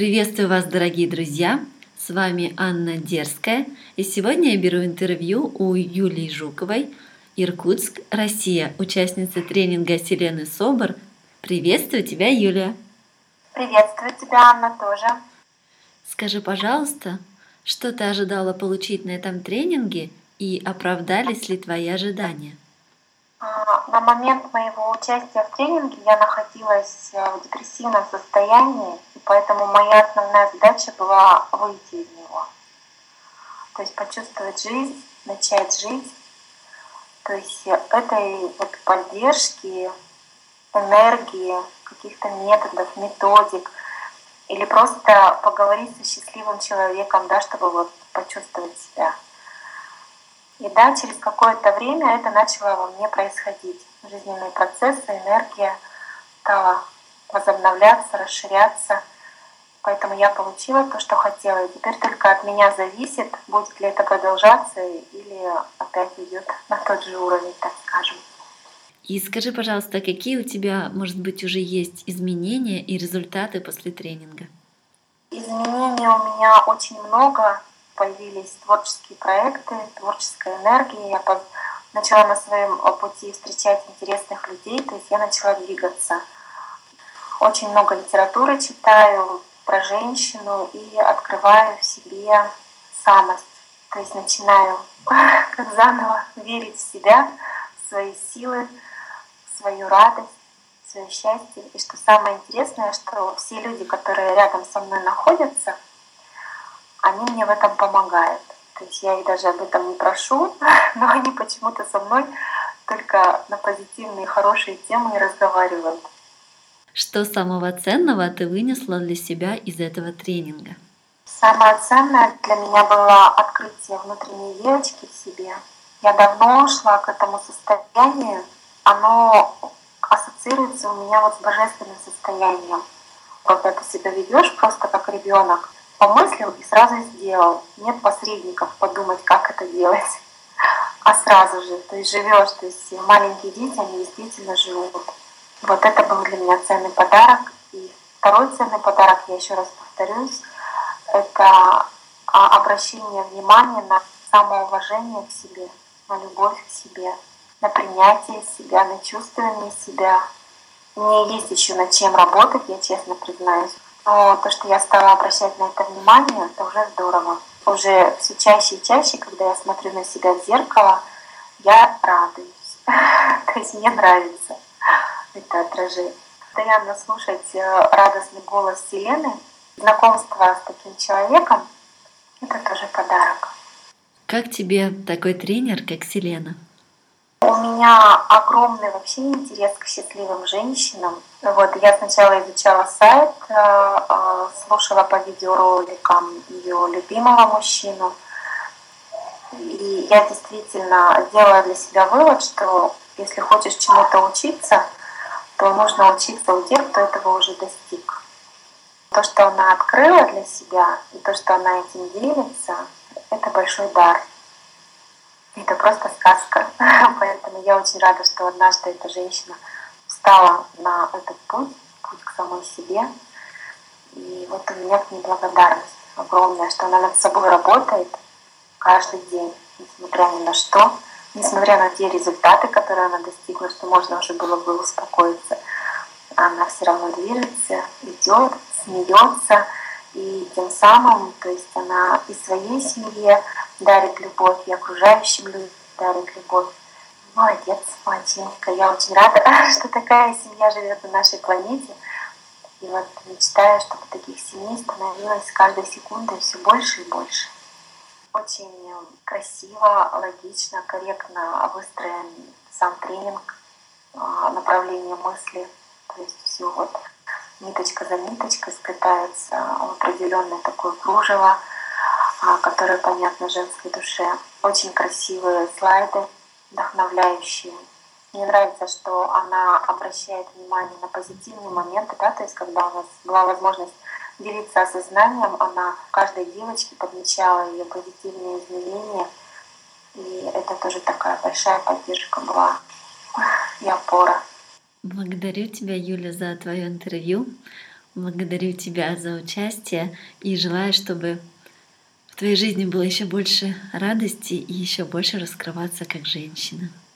Приветствую вас, дорогие друзья! С вами Анна Дерзкая, и сегодня я беру интервью у Юлии Жуковой, Иркутск, Россия, участница тренинга Селены Собор. Приветствую тебя, Юлия! Приветствую тебя, Анна, тоже. Скажи, пожалуйста, что ты ожидала получить на этом тренинге и оправдались ли твои ожидания? На момент моего участия в тренинге я находилась в депрессивном состоянии, и поэтому моя основная задача была выйти из него. То есть почувствовать жизнь, начать жить. То есть этой вот поддержки, энергии, каких-то методов, методик, или просто поговорить со счастливым человеком, да, чтобы вот почувствовать себя. И да, через какое-то время это начало во мне происходить. Жизненные процессы, энергия стала возобновляться, расширяться. Поэтому я получила то, что хотела. И теперь только от меня зависит, будет ли это продолжаться или опять идет на тот же уровень, так скажем. И скажи, пожалуйста, какие у тебя, может быть, уже есть изменения и результаты после тренинга? Изменений у меня очень много. Появились творческие проекты, творческая энергия. Я начала на своем пути встречать интересных людей, то есть я начала двигаться. Очень много литературы читаю про женщину и открываю в себе самость. То есть начинаю как заново верить в себя, в свои силы, в свою радость, в свое счастье. И что самое интересное, что все люди, которые рядом со мной находятся, они мне в этом помогают. То есть я их даже об этом не прошу, но они почему-то со мной только на позитивные, хорошие темы и разговаривают. Что самого ценного ты вынесла для себя из этого тренинга? Самое ценное для меня было открытие внутренней девочки в себе. Я давно шла к этому состоянию. Оно ассоциируется у меня вот с божественным состоянием. Когда ты себя ведешь просто как ребенок, помыслил и сразу сделал. Нет посредников подумать, как это делать, а сразу же. То есть живешь, то есть маленькие дети, они действительно живут. Вот это был для меня ценный подарок. И второй ценный подарок, я еще раз повторюсь, это обращение внимания на самоуважение к себе, на любовь к себе, на принятие себя, на чувствование себя. Мне есть еще над чем работать, я честно признаюсь. Но то, что я стала обращать на это внимание, это уже здорово. Уже все чаще и чаще, когда я смотрю на себя в зеркало, я радуюсь. То есть мне нравится это отражение. Постоянно слушать радостный голос Вселенной, знакомство с таким человеком, это тоже подарок. Как тебе такой тренер, как Селена? У меня огромный вообще интерес к счастливым женщинам. Вот, я сначала изучала сайт, слушала по видеороликам ее любимого мужчину. И я действительно делала для себя вывод, что если хочешь чему-то учиться, то нужно учиться у тех, кто этого уже достиг. То, что она открыла для себя, и то, что она этим делится, это большой дар. Это просто сказка. Поэтому я очень рада, что однажды эта женщина встала на этот путь к самой себе. И вот у меня к ней благодарность огромная, что она над собой работает каждый день, несмотря ни на что, несмотря на те результаты, которые она достигла, что можно уже было бы успокоиться. Она все равно движется, идет, смеется, и тем самым, то есть она и своей семье дарит любовь, и окружающим людям дарит любовь. Молодец, молодчинка. Я очень рада, что такая семья живет на нашей планете. И вот мечтаю, чтобы таких семей становилось с каждой секундой все больше и больше. Очень красиво, логично, корректно выстроен сам тренинг, направление мысли. То есть все вот ниточка за ниточкой сплетается в определенное такое кружево, которое понятно женской душе. Очень красивые слайды, вдохновляющие. Мне нравится, что она обращает внимание на позитивные моменты, да, то есть когда у нас была возможность делиться осознанием, она каждой девочке подмечала ее позитивные изменения, и это тоже такая большая поддержка была и опора. Благодарю тебя, Юля, за твое интервью. Благодарю тебя за участие и желаю, чтобы в твоей жизни было еще больше радости и еще больше раскрываться как женщина.